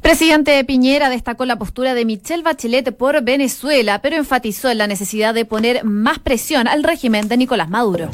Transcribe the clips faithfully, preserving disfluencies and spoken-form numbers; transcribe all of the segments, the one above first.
Presidente Piñera destacó la postura de Michelle Bachelet por Venezuela, pero enfatizó en la necesidad de poner más presión al régimen de Nicolás Maduro.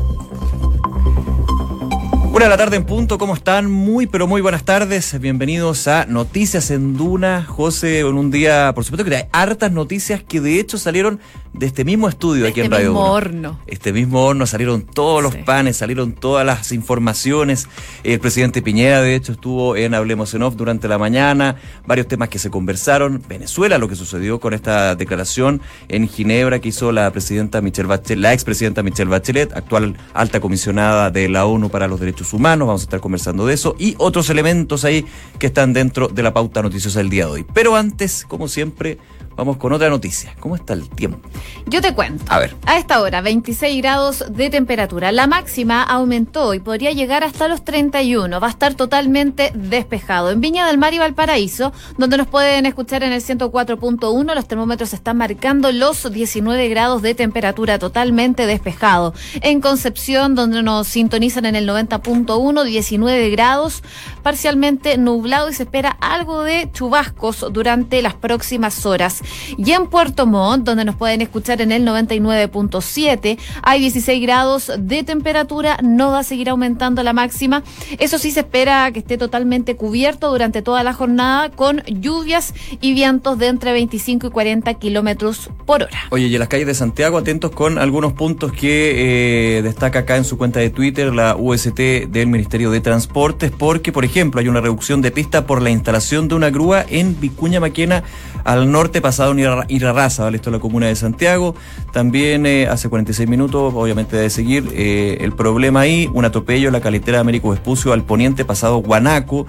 Una de la tarde en punto, ¿cómo están? Muy, pero muy buenas tardes. Bienvenidos a Noticias en Duna. José, en un día, por supuesto que hay hartas noticias que de hecho salieron de este mismo estudio de aquí en Radio Este mismo Duna. horno. Este mismo horno, salieron todos los Sí. panes, salieron todas las informaciones. El presidente Piñera, de hecho, estuvo en Hablemos en Off durante la mañana. Varios temas que se conversaron. Venezuela, lo que sucedió con esta declaración en Ginebra que hizo la presidenta Michelle Bachelet, la expresidenta Michelle Bachelet, actual alta comisionada de la ONU para los Derechos Humanos. Vamos a estar conversando de eso y otros elementos ahí que están dentro de la pauta noticiosa del día de hoy. Pero antes, como siempre, vamos con otra noticia. ¿Cómo está el tiempo? Yo te cuento. A ver. A esta hora, veintiséis grados de temperatura. La máxima aumentó y podría llegar hasta los treinta y uno. Va a estar totalmente despejado. En Viña del Mar y Valparaíso, donde nos pueden escuchar en el ciento cuatro punto uno, los termómetros están marcando los diecinueve grados de temperatura, totalmente despejado. En Concepción, donde nos sintonizan en el noventa punto uno, diecinueve grados, parcialmente nublado y se espera algo de chubascos durante las próximas horas. Y en Puerto Montt, donde nos pueden escuchar en el noventa y nueve punto siete, hay dieciséis grados de temperatura, no va a seguir aumentando la máxima. Eso sí, se espera que esté totalmente cubierto durante toda la jornada con lluvias y vientos de entre veinticinco y cuarenta kilómetros por hora. Oye, y en las calles de Santiago, atentos con algunos puntos que eh, destaca acá en su cuenta de Twitter la U S T del Ministerio de Transportes, porque, por ejemplo, hay una reducción de pista por la instalación de una grúa en Vicuña Maquena, al norte, pasado en Irarrázaval, ¿vale? Esto es la comuna de Santiago. También eh, hace cuarenta y seis minutos, obviamente debe seguir eh, el problema ahí, un atropello en la carretera de Américo Vespucio al poniente, pasado Guanaco.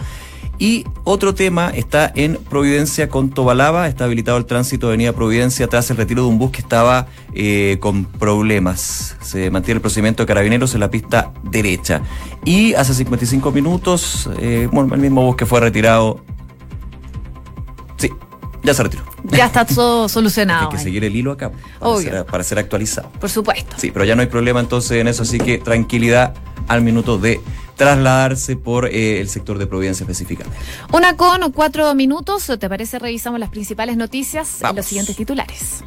Y otro tema está en Providencia con Tobalaba, está habilitado el tránsito de Avenida Providencia tras el retiro de un bus que estaba eh, con problemas. Se mantiene el procedimiento de carabineros en la pista derecha. Y hace cincuenta y cinco minutos, eh, bueno, el mismo bus que fue retirado, sí, ya se retiró. Ya está todo solucionado. Hay que ahí. seguir el hilo acá para Obvio. ser, para ser actualizado. Por supuesto. Sí, pero ya no hay problema entonces en eso, así que tranquilidad al minuto de trasladarse por eh, el sector de Providencia específicamente. Una con cuatro minutos. ¿Te parece? Revisamos las principales noticias Vamos. en los siguientes titulares.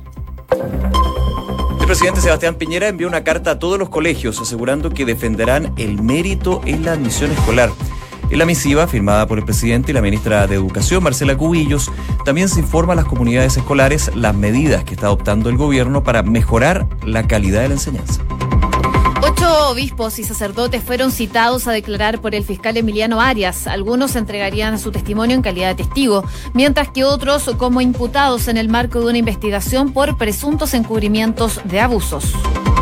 El presidente Sebastián Piñera envió una carta a todos los colegios asegurando que defenderán el mérito en la admisión escolar. En la misiva, firmada por el presidente y la ministra de Educación, Marcela Cubillos, también se informa a las comunidades escolares las medidas que está adoptando el gobierno para mejorar la calidad de la enseñanza. Ocho obispos y sacerdotes fueron citados a declarar por el fiscal Emiliano Arias. Algunos entregarían su testimonio en calidad de testigo, mientras que otros como imputados en el marco de una investigación por presuntos encubrimientos de abusos.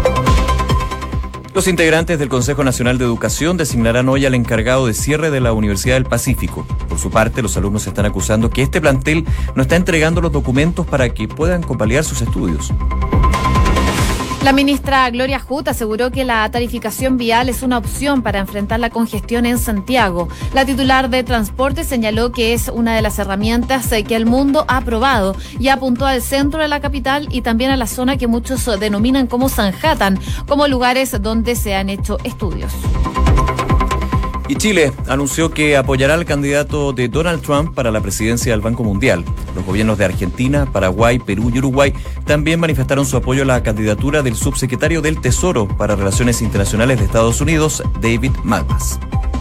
Los integrantes del Consejo Nacional de Educación designarán hoy al encargado de cierre de la Universidad del Pacífico. Por su parte, los alumnos están acusando que este plantel no está entregando los documentos para que puedan convalidar sus estudios. La ministra Gloria Hutt aseguró que la tarificación vial es una opción para enfrentar la congestión en Santiago. La titular de Transporte señaló que es una de las herramientas que el mundo ha probado y apuntó al centro de la capital y también a la zona que muchos denominan como Sanhattan, como lugares donde se han hecho estudios. Y Chile anunció que apoyará al candidato de Donald Trump para la presidencia del Banco Mundial. Los gobiernos de Argentina, Paraguay, Perú y Uruguay también manifestaron su apoyo a la candidatura del subsecretario del Tesoro para Relaciones Internacionales de Estados Unidos, David Malpass.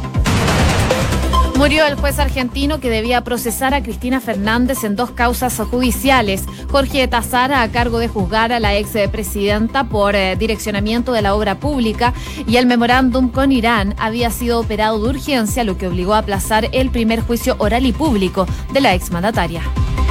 Murió el juez argentino que debía procesar a Cristina Fernández en dos causas judiciales. Jorge Tazara, a cargo de juzgar a la expresidenta por eh, direccionamiento de la obra pública, y el memorándum con Irán había sido operado de urgencia, lo que obligó a aplazar el primer juicio oral y público de la exmandataria.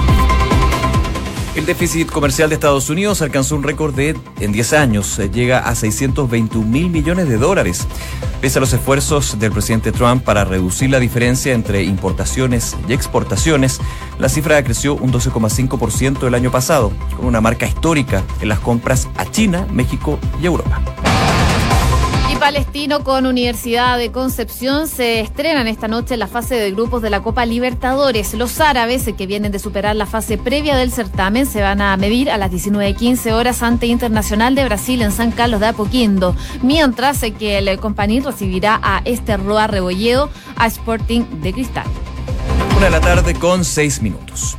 El déficit comercial de Estados Unidos alcanzó un récord de, en diez años, llega a seiscientos veintiún mil millones de dólares. Pese a los esfuerzos del presidente Trump para reducir la diferencia entre importaciones y exportaciones, la cifra creció un doce coma cinco por ciento el año pasado, con una marca histórica en las compras a China, México y Europa. Palestino con Universidad de Concepción se estrenan esta noche en la fase de grupos de la Copa Libertadores. Los árabes, que vienen de superar la fase previa del certamen, se van a medir a las diecinueve quince horas ante Internacional de Brasil en San Carlos de Apoquindo, mientras que el Compañí recibirá a Este Roa Rebolledo a Sporting de Cristal. Una de la tarde. tarde con seis minutos.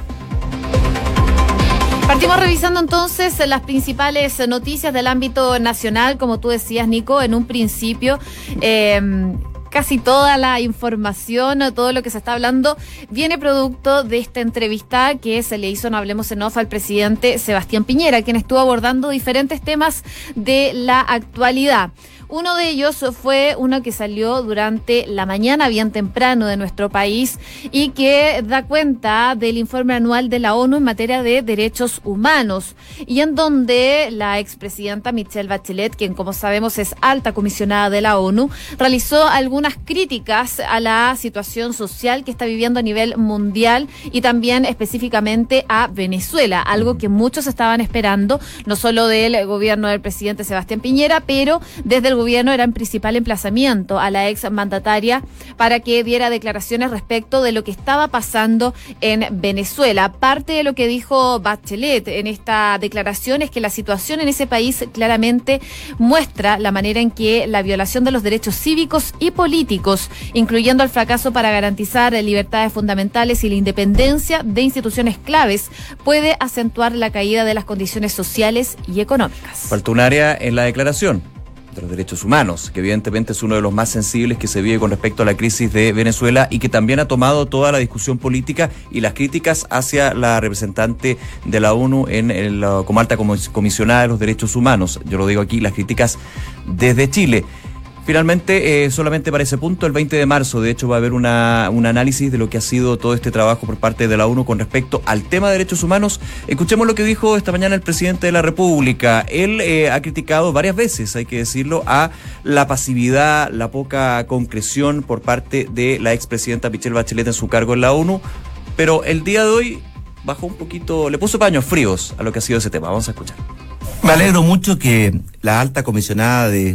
Partimos revisando entonces las principales noticias del ámbito nacional, como tú decías, Nico, en un principio. Eh, Casi toda la información, todo lo que se está hablando, viene producto de esta entrevista que se le hizo en Hablemos en Off al presidente Sebastián Piñera, quien estuvo abordando diferentes temas de la actualidad. Uno de ellos fue uno que salió durante la mañana, bien temprano de nuestro país, y que da cuenta del informe anual de la ONU en materia de derechos humanos, y en donde la expresidenta Michelle Bachelet, quien como sabemos es alta comisionada de la ONU, realizó algunas críticas a la situación social que está viviendo a nivel mundial y también específicamente a Venezuela, algo que muchos estaban esperando, no solo del gobierno del presidente Sebastián Piñera, pero desde el gobierno era en principal emplazamiento a la ex mandataria para que diera declaraciones respecto de lo que estaba pasando en Venezuela. Parte de lo que dijo Bachelet en esta declaración es que la situación en ese país claramente muestra la manera en que la violación de los derechos cívicos y políticos, incluyendo el fracaso para garantizar libertades fundamentales y la independencia de instituciones claves, puede acentuar la caída de las condiciones sociales y económicas. Falta un área en la declaración de los derechos humanos, que evidentemente es uno de los más sensibles que se vive con respecto a la crisis de Venezuela y que también ha tomado toda la discusión política y las críticas hacia la representante de la ONU en el, como alta comisionada de los derechos humanos. Yo lo digo aquí, las críticas desde Chile. Finalmente, eh, solamente para ese punto, el veinte de marzo, de hecho, va a haber una, un análisis de lo que ha sido todo este trabajo por parte de la ONU con respecto al tema de derechos humanos. Escuchemos lo que dijo esta mañana el presidente de la República. Él eh, ha criticado varias veces, hay que decirlo, a la pasividad, la poca concreción por parte de la expresidenta Michelle Bachelet en su cargo en la ONU, pero el día de hoy bajó un poquito, le puso paños fríos a lo que ha sido ese tema. Vamos a escuchar. Me alegro mucho que la alta comisionada de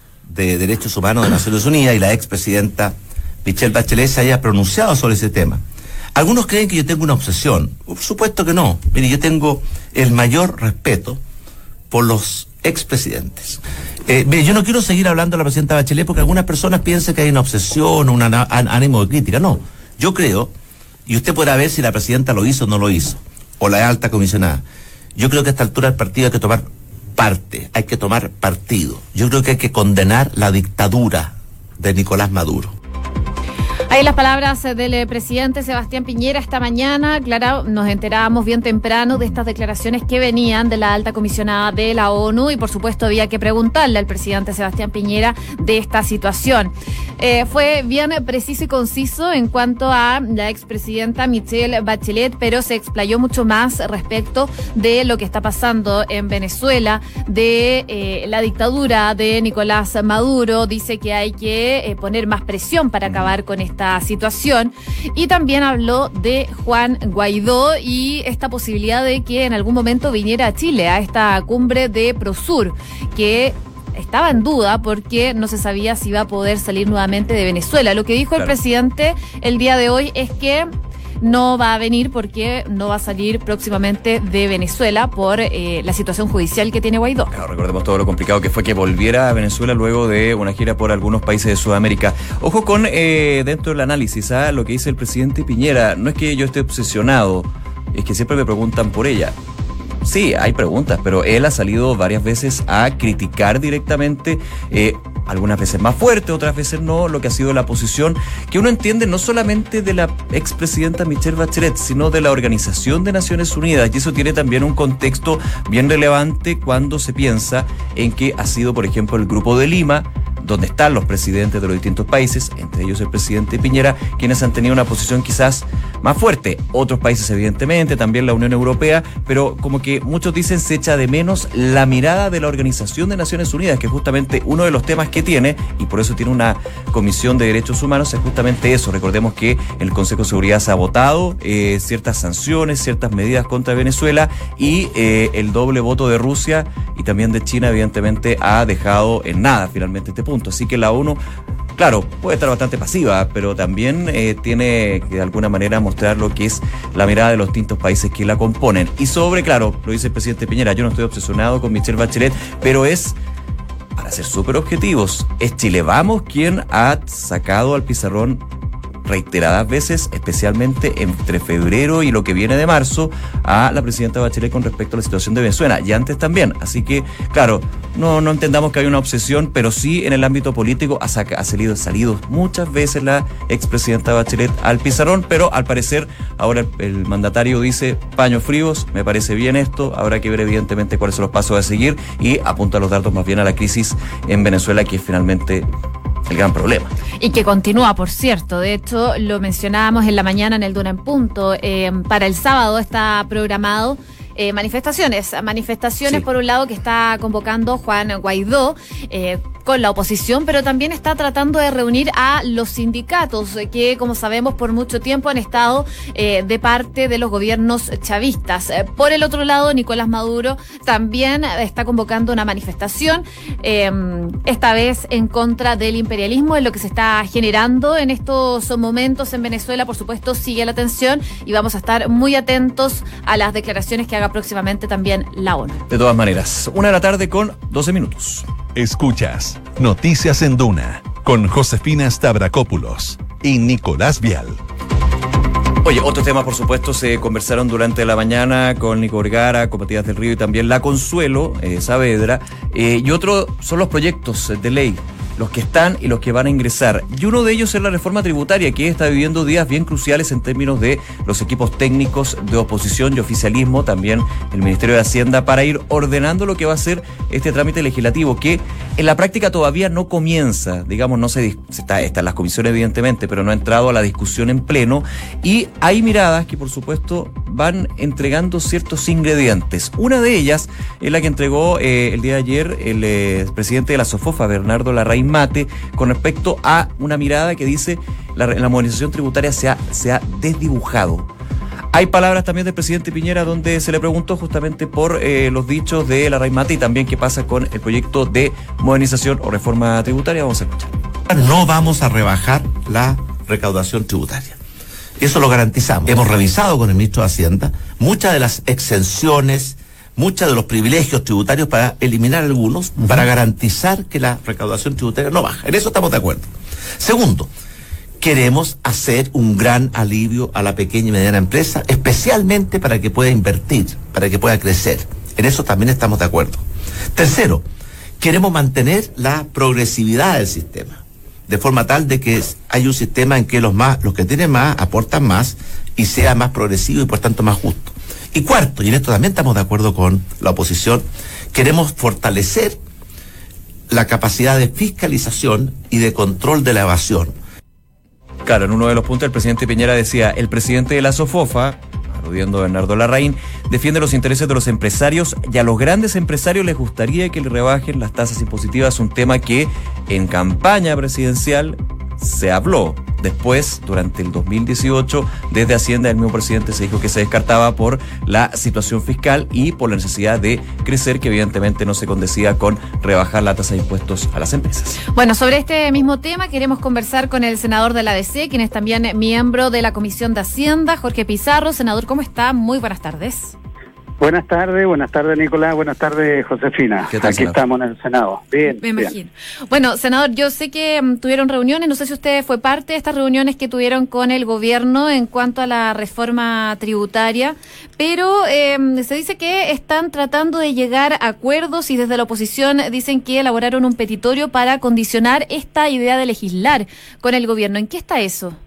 de Derechos Humanos de Naciones Unidas y la expresidenta Michelle Bachelet se haya pronunciado sobre ese tema. Algunos creen que yo tengo una obsesión. Por supuesto que no. Mire, yo tengo el mayor respeto por los expresidentes. Eh, mire, yo no quiero seguir hablando de la presidenta Bachelet porque algunas personas piensan que hay una obsesión o un ánimo de crítica. No, yo creo, y usted podrá ver si la presidenta lo hizo o no lo hizo, o la alta comisionada. Yo creo que a esta altura del partido hay que tomar parte, hay que tomar partido. Yo creo que hay que condenar la dictadura de Nicolás Maduro. Ahí las palabras del presidente Sebastián Piñera esta mañana. Claro, nos enterábamos bien temprano de estas declaraciones que venían de la alta comisionada de la ONU y por supuesto había que preguntarle al presidente Sebastián Piñera de esta situación. Eh, fue bien preciso y conciso en cuanto a la expresidenta Michelle Bachelet, pero se explayó mucho más respecto de lo que está pasando en Venezuela, de eh, la dictadura de Nicolás Maduro. Dice que hay que eh, poner más presión para acabar con esta situación y también habló de Juan Guaidó y esta posibilidad de que en algún momento viniera a Chile a esta cumbre de Prosur, que estaba en duda porque no se sabía si iba a poder salir nuevamente de Venezuela. Lo que dijo claro. el presidente el día de hoy es que no va a venir porque no va a salir próximamente de Venezuela por eh, la situación judicial que tiene Guaidó. Claro, recordemos todo lo complicado que fue que volviera a Venezuela luego de una gira por algunos países de Sudamérica. Ojo con, eh, dentro del análisis, ¿ah? Lo que dice el presidente Piñera. No es que yo esté obsesionado, es que siempre me preguntan por ella. Sí, hay preguntas, pero él ha salido varias veces a criticar directamente, eh, algunas veces más fuerte, otras veces no, lo que ha sido la posición que uno entiende no solamente de la expresidenta Michelle Bachelet, sino de la Organización de Naciones Unidas, y eso tiene también un contexto bien relevante cuando se piensa en que ha sido, por ejemplo, el Grupo de Lima, donde están los presidentes de los distintos países, entre ellos el presidente Piñera, quienes han tenido una posición quizás más fuerte. Otros países, evidentemente, también la Unión Europea, pero como que muchos dicen se echa de menos la mirada de la Organización de Naciones Unidas, que es justamente uno de los temas que tiene, y por eso tiene una Comisión de Derechos Humanos, es justamente eso. Recordemos que en el Consejo de Seguridad se ha votado eh, ciertas sanciones, ciertas medidas contra Venezuela, y eh, el doble voto de Rusia y también de China, evidentemente, ha dejado en nada finalmente este punto. Así que la ONU, claro, puede estar bastante pasiva, pero también eh, tiene que de alguna manera mostrar lo que es la mirada de los distintos países que la componen. Y sobre, claro, lo dice el presidente Piñera, yo no estoy obsesionado con Michelle Bachelet, pero es, para ser súper objetivos, es Chile Vamos quien ha sacado al pizarrón reiteradas veces, especialmente entre febrero y lo que viene de marzo, a la presidenta Bachelet con respecto a la situación de Venezuela, y antes también. Así que, claro, no, no entendamos que hay una obsesión, pero sí en el ámbito político ha, saca, ha salido, salido muchas veces la expresidenta Bachelet al pizarrón, pero al parecer ahora el, el mandatario dice paños fríos, me parece bien esto, habrá que ver evidentemente cuáles son los pasos a seguir, y apunta los datos más bien a la crisis en Venezuela, que es finalmente el gran problema. Y que continúa, por cierto. De hecho, lo mencionábamos en la mañana en el Duna en Punto. Eh, para el sábado está programado eh, manifestaciones. Manifestaciones, sí. Por un lado, que está convocando Juan Guaidó, eh, con la oposición, pero también está tratando de reunir a los sindicatos que, como sabemos, por mucho tiempo han estado eh, de parte de los gobiernos chavistas. Eh, por el otro lado, Nicolás Maduro también está convocando una manifestación, eh, esta vez en contra del imperialismo, en lo que se está generando en estos momentos en Venezuela. Por supuesto, sigue la tensión y vamos a estar muy atentos a las declaraciones que haga próximamente también la ONU. De todas maneras, una de la tarde con doce minutos. Escuchas Noticias en Duna con Josefina Stavrakopoulos y Nicolás Vial. Oye, otros temas, por supuesto, se conversaron durante la mañana con Nico Vergara, con Matías del Río y también la Consuelo eh, Saavedra. Eh, y otro son los proyectos de ley, los que están y los que van a ingresar. Y uno de ellos es la reforma tributaria, que está viviendo días bien cruciales en términos de los equipos técnicos de oposición y oficialismo, también el Ministerio de Hacienda, para ir ordenando lo que va a ser este trámite legislativo, que en la práctica todavía no comienza, digamos, no se, se está, está en las comisiones evidentemente, pero no ha entrado a la discusión en pleno, y hay miradas que por supuesto van entregando ciertos ingredientes. Una de ellas es la que entregó eh, el día de ayer el eh, presidente de la SOFOFA, Bernardo Larraín Mate, con respecto a una mirada que dice la, la modernización tributaria se ha, se ha desdibujado. Hay palabras también del presidente Piñera donde se le preguntó justamente por eh, los dichos de Larraín Mate y también qué pasa con el proyecto de modernización o reforma tributaria. Vamos a escuchar. No vamos a rebajar la recaudación tributaria. Eso lo garantizamos. Hemos revisado con el ministro de Hacienda muchas de las exenciones, muchos de los privilegios tributarios para eliminar algunos, uh-huh. para garantizar que la recaudación tributaria no baja. En eso estamos de acuerdo. Segundo, queremos hacer un gran alivio a la pequeña y mediana empresa, especialmente para que pueda invertir, para que pueda crecer. En eso también estamos de acuerdo. Tercero, queremos mantener la progresividad del sistema, de forma tal de que hay un sistema en que los más, los que tienen más aportan más y sea más progresivo y por tanto más justo. Y cuarto, y en esto también estamos de acuerdo con la oposición, queremos fortalecer la capacidad de fiscalización y de control de la evasión. Claro, en uno de los puntos el presidente Piñera decía, el presidente de la SOFOFA, aludiendo a Bernardo Larraín, defiende los intereses de los empresarios y a los grandes empresarios les gustaría que le rebajen las tasas impositivas, un tema que en campaña presidencial se habló. Después, durante el dos mil dieciocho, desde Hacienda, el mismo presidente se dijo que se descartaba por la situación fiscal y por la necesidad de crecer, que evidentemente no se condecía con rebajar la tasa de impuestos a las empresas. Bueno, sobre este mismo tema queremos conversar con el senador de la A D C, quien es también miembro de la Comisión de Hacienda, Jorge Pizarro. Senador, ¿cómo está? Muy buenas tardes. Buenas tardes, buenas tardes Nicolás, buenas tardes Josefina. ¿Qué tal, Aquí senador? Estamos en el Senado. Bien, Me imagino. bien. Bueno, senador, yo sé que um, tuvieron reuniones, no sé si usted fue parte de estas reuniones que tuvieron con el gobierno en cuanto a la reforma tributaria, pero eh, se dice que están tratando de llegar a acuerdos y desde la oposición dicen que elaboraron un petitorio para condicionar esta idea de legislar con el gobierno. ¿En qué está eso?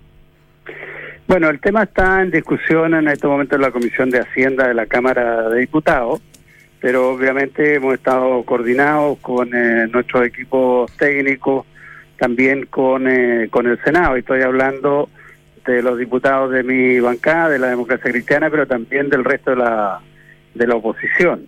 Bueno, el tema está en discusión en este momento en la Comisión de Hacienda de la Cámara de Diputados, pero obviamente hemos estado coordinados con eh, nuestros equipos técnicos, también con, eh, con el Senado, y estoy hablando de los diputados de mi bancada, de la Democracia Cristiana, pero también del resto de la, de la oposición.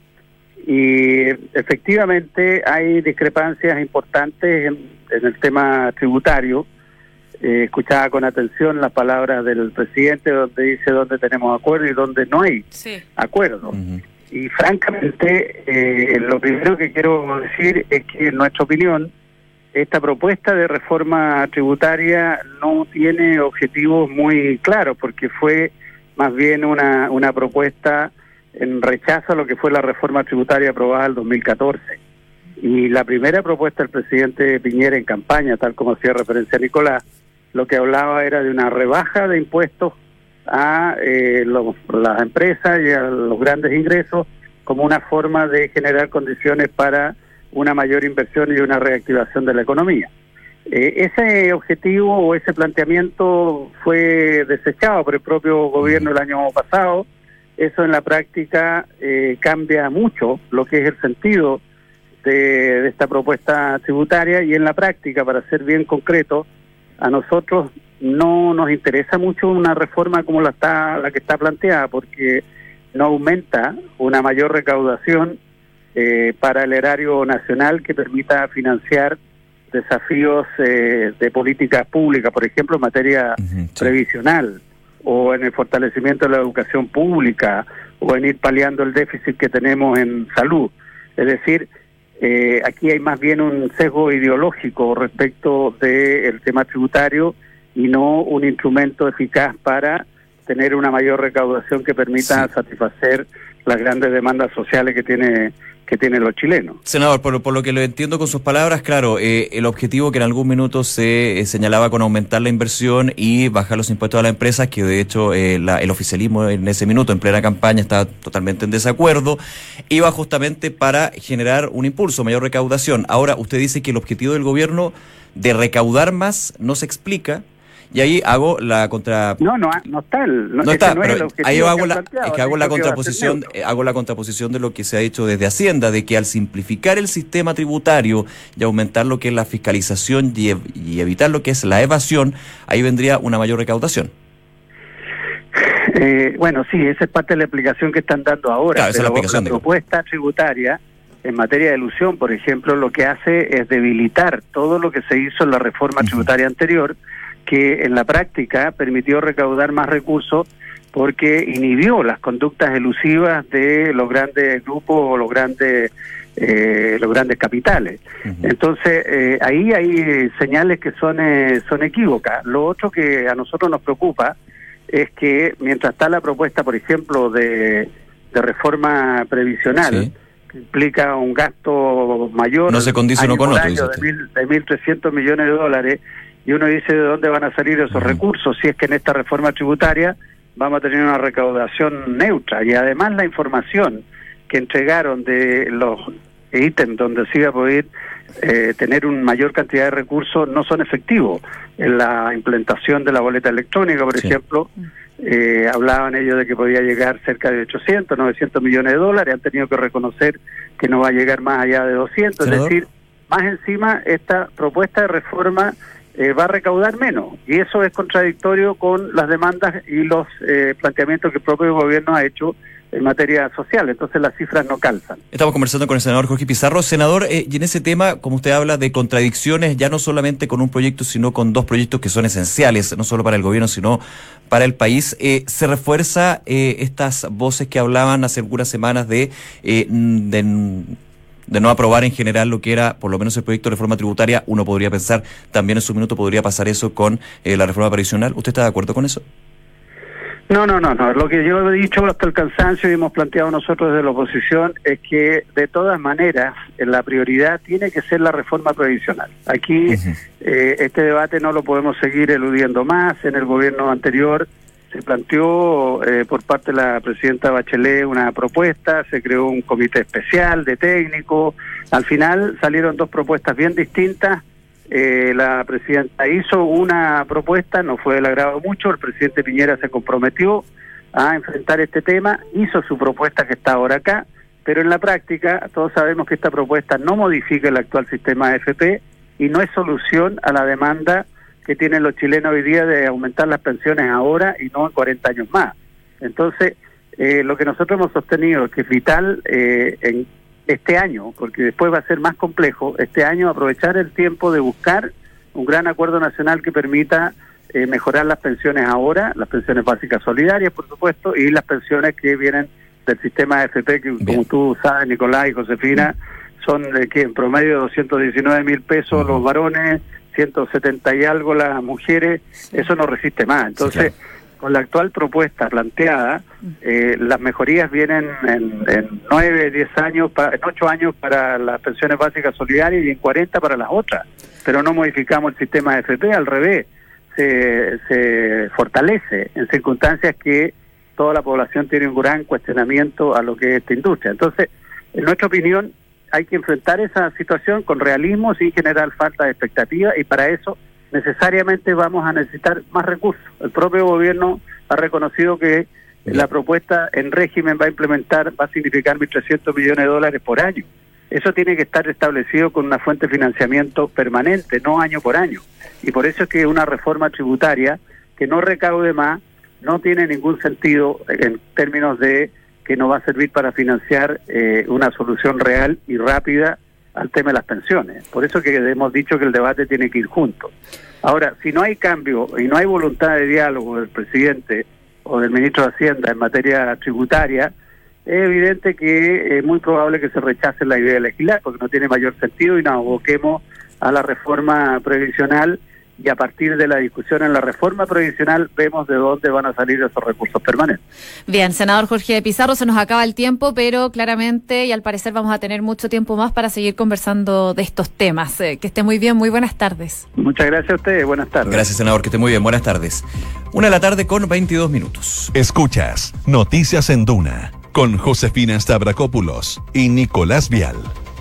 Y efectivamente hay discrepancias importantes en, en el tema tributario. Eh, escuchaba con atención las palabras del presidente donde dice dónde tenemos acuerdo y dónde no hay sí. acuerdo. Uh-huh. Y francamente, eh, lo primero que quiero decir es que en nuestra opinión, esta propuesta de reforma tributaria no tiene objetivos muy claros, porque fue más bien una, una propuesta en rechazo a lo que fue la reforma tributaria aprobada en dos mil catorce. Y la primera propuesta del presidente Piñera en campaña, tal como hacía referencia a Nicolás, lo que hablaba era de una rebaja de impuestos a eh, los, las empresas y a los grandes ingresos como una forma de generar condiciones para una mayor inversión y una reactivación de la economía. Eh, ese objetivo o ese planteamiento fue desechado por el propio gobierno el año pasado. Eso en la práctica eh, cambia mucho lo que es el sentido de, de esta propuesta tributaria, y en la práctica, para ser bien concreto, a nosotros no nos interesa mucho una reforma como la está la que está planteada, porque no aumenta una mayor recaudación eh, para el erario nacional que permita financiar desafíos eh, de políticas públicas, por ejemplo, en materia uh-huh, sí. previsional, o en el fortalecimiento de la educación pública, o en ir paliando el déficit que tenemos en salud. Es decir, eh, aquí hay más bien un sesgo ideológico respecto del tema tributario y no un instrumento eficaz para tener una mayor recaudación que permita sí. satisfacer las grandes demandas sociales que tiene que tienen los chilenos. Senador, por, por lo que lo entiendo con sus palabras, claro, eh, el objetivo que en algún minuto se eh, señalaba con aumentar la inversión y bajar los impuestos a las empresas, que de hecho eh, la, el oficialismo en ese minuto, en plena campaña, estaba totalmente en desacuerdo, iba justamente para generar un impulso, mayor recaudación. Ahora, usted dice que el objetivo del gobierno de recaudar más no se explica. Y ahí hago la contra... No, no, no está el... No, no está, no pero ahí yo hago la, es que hago la contraposición, hago la contraposición de lo que se ha dicho desde Hacienda, de que al simplificar el sistema tributario y aumentar lo que es la fiscalización y, y evitar lo que es la evasión, ahí vendría una mayor recaudación. Eh, bueno, sí, esa es parte de la explicación que están dando ahora. Claro, esa es la explicación. La propuesta tributaria, en materia de elusión, por ejemplo, lo que hace es debilitar todo lo que se hizo en la reforma uh-huh. tributaria anterior, que en la práctica permitió recaudar más recursos porque inhibió las conductas elusivas de los grandes grupos o los grandes eh, los grandes capitales. Uh-huh. Entonces, eh, ahí hay señales que son eh, son equívocas. Lo otro que a nosotros nos preocupa es que mientras está la propuesta, por ejemplo, de, de reforma previsional, sí. que implica un gasto mayor, no se condice uno con otro, año de, mil, de mil trescientos millones de dólares, y uno dice de dónde van a salir esos uh-huh. recursos, si es que en esta reforma tributaria vamos a tener una recaudación neutra. Y además la información que entregaron de los ítems donde se iba a poder eh, tener una mayor cantidad de recursos no son efectivos. En la implementación de la boleta electrónica, por sí. ejemplo, eh, hablaban ellos de que podía llegar cerca de ochocientos, novecientos millones de dólares, han tenido que reconocer que no va a llegar más allá de doscientos, ¿Senador? Es decir, más encima esta propuesta de reforma Eh, va a recaudar menos, y eso es contradictorio con las demandas y los eh, planteamientos que el propio gobierno ha hecho en materia social. Entonces las cifras no calzan. Estamos conversando con el senador Jorge Pizarro. Senador, eh, y en ese tema, como usted habla de contradicciones, ya no solamente con un proyecto, sino con dos proyectos que son esenciales, no solo para el gobierno, sino para el país, eh, se refuerza eh, estas voces que hablaban hace algunas semanas de... Eh, de de no aprobar en general lo que era, por lo menos el proyecto de reforma tributaria. Uno podría pensar, también en su minuto podría pasar eso con eh, la reforma previsional. ¿Usted está de acuerdo con eso? No, no, no, no. Lo que yo he dicho hasta el cansancio y hemos planteado nosotros desde la oposición es que, de todas maneras, la prioridad tiene que ser la reforma previsional. Aquí uh-huh. eh, este debate no lo podemos seguir eludiendo más. En el gobierno anterior se planteó eh, por parte de la presidenta Bachelet una propuesta, se creó un comité especial de técnicos, al final salieron dos propuestas bien distintas. Eh, la presidenta hizo una propuesta, no fue del agrado mucho, el presidente Piñera se comprometió a enfrentar este tema, hizo su propuesta que está ahora acá, pero en la práctica todos sabemos que esta propuesta no modifica el actual sistema de A F P y no es solución a la demanda que tienen los chilenos hoy día de aumentar las pensiones ahora y no en cuarenta años más. Entonces, eh, lo que nosotros hemos sostenido es que es vital eh, en este año, porque después va a ser más complejo, este año aprovechar el tiempo de buscar un gran acuerdo nacional que permita eh, mejorar las pensiones ahora, las pensiones básicas solidarias, por supuesto, y las pensiones que vienen del sistema de A F P, que Bien. como tú sabes, Nicolás y Josefina, son de que en promedio de doscientos diecinueve mil pesos uh-huh. los varones, ciento setenta y algo las mujeres, eso no resiste más. Entonces, sí, claro. con la actual propuesta planteada, eh, las mejorías vienen en, en nueve, diez años, pa, en ocho años para las pensiones básicas solidarias y en cuarenta para las otras. Pero no modificamos el sistema de A F P, al revés. se, se fortalece en circunstancias que toda la población tiene un gran cuestionamiento a lo que es esta industria. Entonces, en nuestra opinión, hay que enfrentar esa situación con realismo, sin generar falta de expectativa, y para eso necesariamente vamos a necesitar más recursos. El propio gobierno ha reconocido que la propuesta en régimen va a implementar, va a significar mil trescientos millones de dólares por año. Eso tiene que estar establecido con una fuente de financiamiento permanente, no año por año. Y por eso es que una reforma tributaria que no recaude más no tiene ningún sentido en términos de que no va a servir para financiar eh, una solución real y rápida al tema de las pensiones. Por eso que hemos dicho que el debate tiene que ir junto. Ahora, si no hay cambio y no hay voluntad de diálogo del presidente o del ministro de Hacienda en materia tributaria, es evidente que es muy probable que se rechace la idea de legislar, porque no tiene mayor sentido, y nos aboquemos a la reforma previsional, y a partir de la discusión en la reforma previsional vemos de dónde van a salir esos recursos permanentes. Bien, senador Jorge Pizarro, se nos acaba el tiempo, pero claramente y al parecer vamos a tener mucho tiempo más para seguir conversando de estos temas. Eh, que esté muy bien, muy buenas tardes. Muchas gracias a ustedes, buenas tardes. Gracias, senador, que esté muy bien, buenas tardes. Una de la tarde con veintidós minutos. Escuchas Noticias en Duna con Josefina Stavrakopoulos y Nicolás Vial.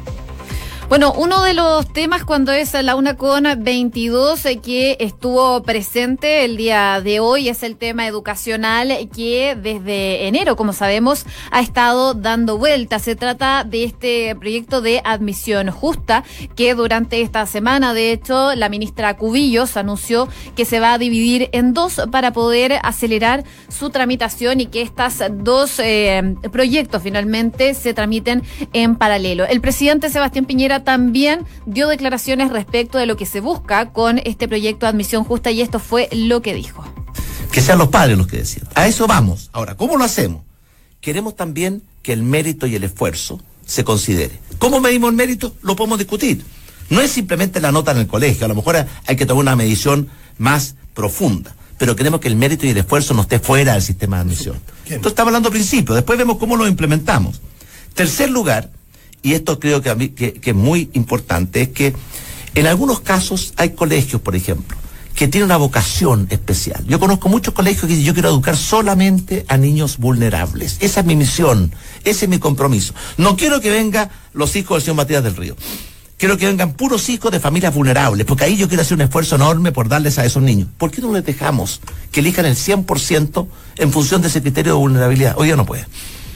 Bueno, uno de los temas cuando es la una con veintidós eh, que estuvo presente el día de hoy es el tema educacional que desde enero, como sabemos, ha estado dando vuelta. Se trata de este proyecto de admisión justa que durante esta semana, de hecho, la ministra Cubillos anunció que se va a dividir en dos para poder acelerar su tramitación y que estos dos eh, proyectos finalmente se tramiten en paralelo. El presidente Sebastián Piñera también dio declaraciones respecto de lo que se busca con este proyecto de admisión justa y esto fue lo que dijo. Que sean los padres los que deciden. A eso vamos. Ahora, ¿cómo lo hacemos? Queremos también que el mérito y el esfuerzo se considere. ¿Cómo medimos el mérito? Lo podemos discutir. No es simplemente la nota en el colegio, a lo mejor hay que tomar una medición más profunda, pero queremos que el mérito y el esfuerzo no esté fuera del sistema de admisión. Entonces estamos hablando de principios, después vemos cómo lo implementamos. Tercer lugar, y esto creo que, a mí, que, que es muy importante, es que en algunos casos hay colegios, por ejemplo, que tienen una vocación especial. Yo conozco muchos colegios que dicen, yo quiero educar solamente a niños vulnerables. Esa es mi misión, ese es mi compromiso. No quiero que vengan los hijos del señor Matías del Río. Quiero que vengan puros hijos de familias vulnerables, porque ahí yo quiero hacer un esfuerzo enorme por darles a esos niños. ¿Por qué no les dejamos que elijan el cien por ciento en función de ese criterio de vulnerabilidad? Hoy ya no puede.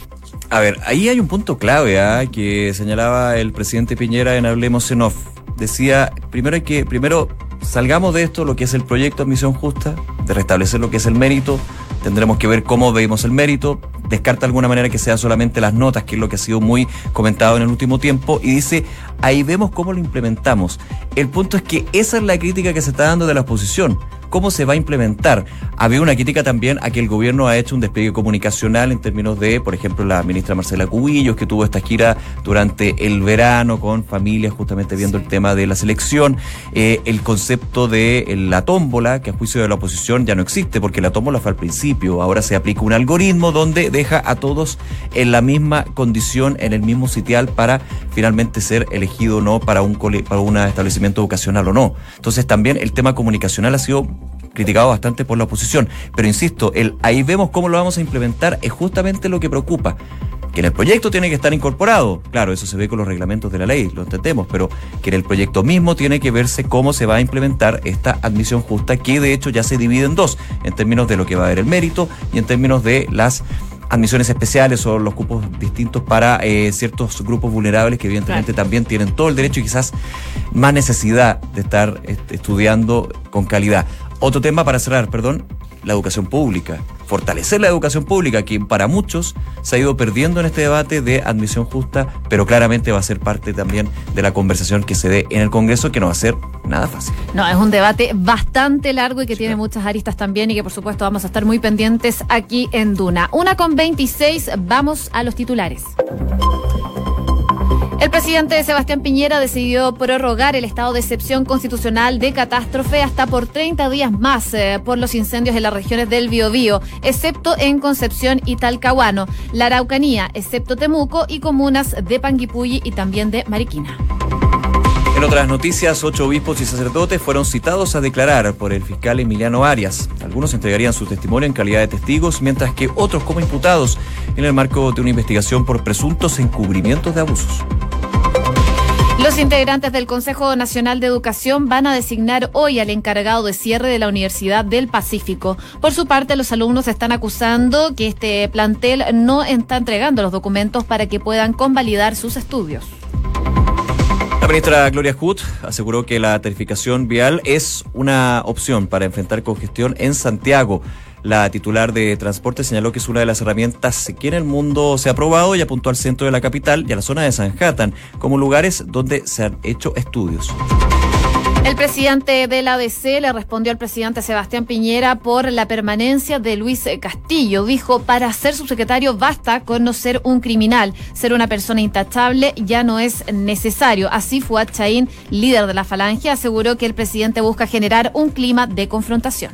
A ver, ahí hay un punto clave ¿eh? que señalaba el presidente Piñera en Hablemos en Off. Decía, primero hay que, primero salgamos de esto, lo que es el proyecto de admisión justa, de restablecer lo que es el mérito, tendremos que ver cómo veamos el mérito, descarta de alguna manera que sea solamente las notas, que es lo que ha sido muy comentado en el último tiempo, y dice, ahí vemos cómo lo implementamos. El punto es que esa es la crítica que se está dando de la oposición. ¿Cómo se va a implementar? Había una crítica también a que el gobierno ha hecho un despliegue comunicacional en términos de, por ejemplo, la ministra Marcela Cubillos, que tuvo esta gira durante el verano con familias justamente viendo el tema de la selección. Eh, el concepto de la tómbola, que a juicio de la oposición ya no existe, porque la tómbola fue al principio. Ahora se aplica un algoritmo donde deja a todos en la misma condición, en el mismo sitial, para finalmente ser elegido o no para un, cole, para un establecimiento educacional o no. Entonces también el tema comunicacional ha sido criticado bastante por la oposición, pero insisto, el ahí vemos cómo lo vamos a implementar es justamente lo que preocupa, que en el proyecto tiene que estar incorporado, claro, eso se ve con los reglamentos de la ley, lo entendemos, pero que en el proyecto mismo tiene que verse cómo se va a implementar esta admisión justa, que de hecho ya se divide en dos, en términos de lo que va a haber el mérito y en términos de las admisiones especiales o los cupos distintos para eh, ciertos grupos vulnerables que evidentemente claro. también tienen todo el derecho y quizás más necesidad de estar est- estudiando con calidad. Otro tema para cerrar, perdón, la educación pública. Fortalecer la educación pública, que para muchos se ha ido perdiendo en este debate de admisión justa, pero claramente va a ser parte también de la conversación que se dé en el Congreso, que no va a ser nada fácil. No, es un debate bastante largo y que sí. tiene muchas aristas también y que por supuesto vamos a estar muy pendientes aquí en Duna. Una con veintiséis, vamos a los titulares. El presidente Sebastián Piñera decidió prorrogar el estado de excepción constitucional de catástrofe hasta por treinta días más eh, por los incendios en las regiones del Biobío, excepto en Concepción y Talcahuano, la Araucanía, excepto Temuco y comunas de Panguipulli y también de Mariquina. En otras noticias, ocho obispos y sacerdotes fueron citados a declarar por el fiscal Emiliano Arias. Algunos entregarían su testimonio en calidad de testigos, mientras que otros como imputados en el marco de una investigación por presuntos encubrimientos de abusos. Los integrantes del Consejo Nacional de Educación van a designar hoy al encargado de cierre de la Universidad del Pacífico. Por su parte, los alumnos están acusando que este plantel no está entregando los documentos para que puedan convalidar sus estudios. La ministra Gloria Hood aseguró que la tarificación vial es una opción para enfrentar congestión en Santiago. La titular de Transporte señaló que es una de las herramientas que en el mundo se ha probado y apuntó al centro de la capital y a la zona de Sanhattan como lugares donde se han hecho estudios. El presidente de la A D C le respondió al presidente Sebastián Piñera por la permanencia de Luis Castillo. Dijo, para ser subsecretario basta con no ser un criminal. Ser una persona intachable ya no es necesario. Así Fuad Chaín, líder de la Falange, aseguró que el presidente busca generar un clima de confrontación.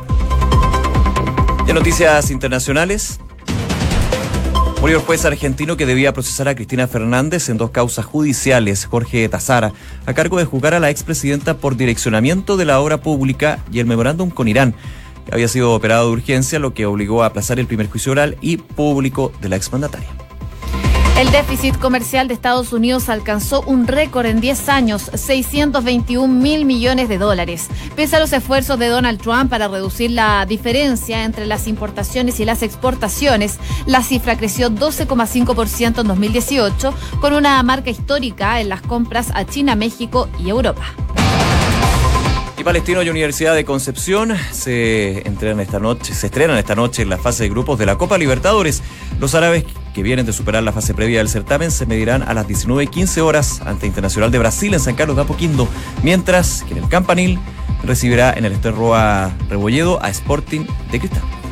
Y en noticias internacionales, murió el juez argentino que debía procesar a Cristina Fernández en dos causas judiciales, Jorge Tazara, a cargo de juzgar a la expresidenta por direccionamiento de la obra pública y el memorándum con Irán. Había sido operado de urgencia, lo que obligó a aplazar el primer juicio oral y público de la exmandataria. El déficit comercial de Estados Unidos alcanzó un récord en diez años, seiscientos veintiún mil millones de dólares. Pese a los esfuerzos de Donald Trump para reducir la diferencia entre las importaciones y las exportaciones, la cifra creció doce coma cinco por ciento en dos mil dieciocho, con una marca histórica en las compras a China, México y Europa. Y Palestino y Universidad de Concepción se entrenan esta noche, se estrenan esta noche en la fase de grupos de la Copa Libertadores. Los árabes, que vienen de superar la fase previa del certamen, se medirán a las diecinueve quince horas ante Internacional de Brasil en San Carlos de Apoquindo, mientras que en el Campanil recibirá en el Ester Roa Rebolledo a Sporting de Cristal.